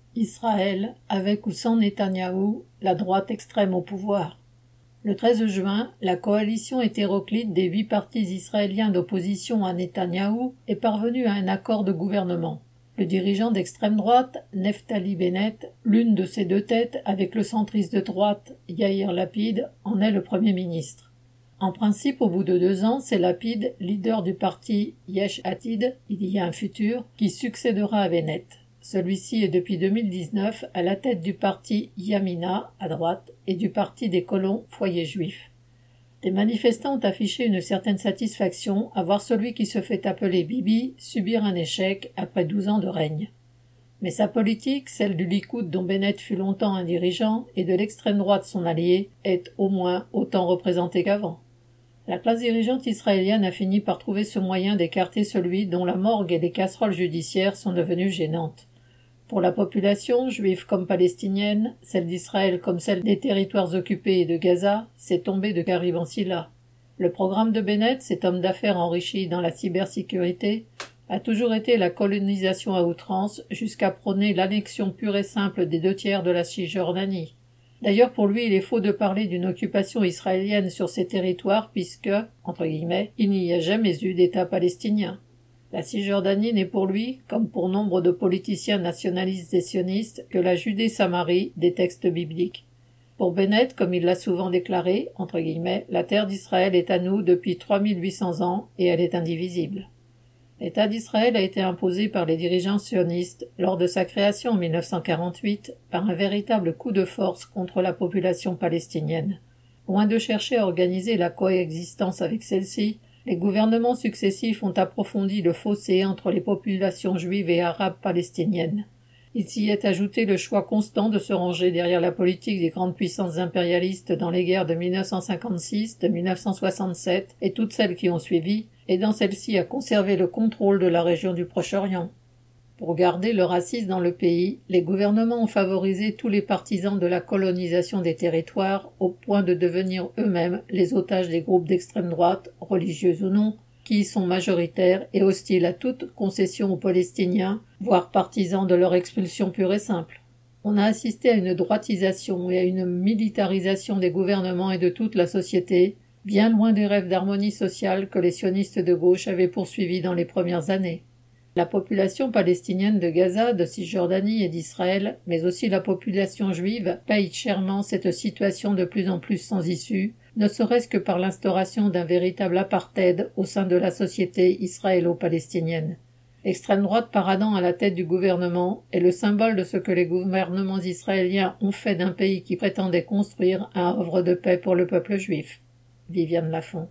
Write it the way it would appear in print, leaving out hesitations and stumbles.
Israël, avec ou sans Netanyahou, la droite extrême au pouvoir. Le 13 juin, la coalition hétéroclite des 8 partis israéliens d'opposition à Netanyahou est parvenue à un accord de gouvernement. Le dirigeant d'extrême droite, Neftali Bennett, l'une de ces deux têtes avec le centriste de droite, Yair Lapid, en est le Premier ministre. En principe, au bout de 2 ans, c'est Lapid, leader du parti Yesh Atid, il y a un futur, qui succédera à Bennett. Celui-ci est depuis 2019 à la tête du parti Yamina, à droite, et du parti des colons Foyer Juif. Des manifestants ont affiché une certaine satisfaction à voir celui qui se fait appeler Bibi subir un échec après 12 ans de règne. Mais sa politique, celle du Likoud dont Bennett fut longtemps un dirigeant, et de l'extrême droite son allié, est au moins autant représentée qu'avant. La classe dirigeante israélienne a fini par trouver ce moyen d'écarter celui dont la morgue et les casseroles judiciaires sont devenues gênantes. Pour la population, juive comme palestinienne, celle d'Israël comme celle des territoires occupés et de Gaza, c'est tombé de Caribancilla. Le programme de Bennett, cet homme d'affaires enrichi dans la cybersécurité, a toujours été la colonisation à outrance jusqu'à prôner l'annexion pure et simple des 2/3 de la Cisjordanie. D'ailleurs, pour lui, il est faux de parler d'une occupation israélienne sur ces territoires puisque, entre guillemets, il n'y a jamais eu d'État palestinien. La Cisjordanie n'est pour lui, comme pour nombre de politiciens nationalistes et sionistes, que la Judée-Samarie des textes bibliques. Pour Bennett, comme il l'a souvent déclaré, entre guillemets, la terre d'Israël est à nous depuis 3800 ans et elle est indivisible. L'État d'Israël a été imposé par les dirigeants sionistes lors de sa création en 1948 par un véritable coup de force contre la population palestinienne. Loin de chercher à organiser la coexistence avec celle-ci, les gouvernements successifs ont approfondi le fossé entre les populations juives et arabes palestiniennes. Il s'y est ajouté le choix constant de se ranger derrière la politique des grandes puissances impérialistes dans les guerres de 1956, de 1967 et toutes celles qui ont suivi, et dans celle-ci à conserver le contrôle de la région du Proche-Orient. Pour garder le racisme dans le pays, les gouvernements ont favorisé tous les partisans de la colonisation des territoires au point de devenir eux-mêmes les otages des groupes d'extrême droite, religieux ou non, qui y sont majoritaires et hostiles à toute concession aux Palestiniens, voire partisans de leur expulsion pure et simple. On a assisté à une droitisation et à une militarisation des gouvernements et de toute la société, bien loin des rêves d'harmonie sociale que les sionistes de gauche avaient poursuivis dans les premières années. La population palestinienne de Gaza, de Cisjordanie et d'Israël, mais aussi la population juive, paye chèrement cette situation de plus en plus sans issue, ne serait-ce que par l'instauration d'un véritable apartheid au sein de la société israélo-palestinienne. L'extrême droite paradant à la tête du gouvernement est le symbole de ce que les gouvernements israéliens ont fait d'un pays qui prétendait construire un havre de paix pour le peuple juif. Viviane Lafont.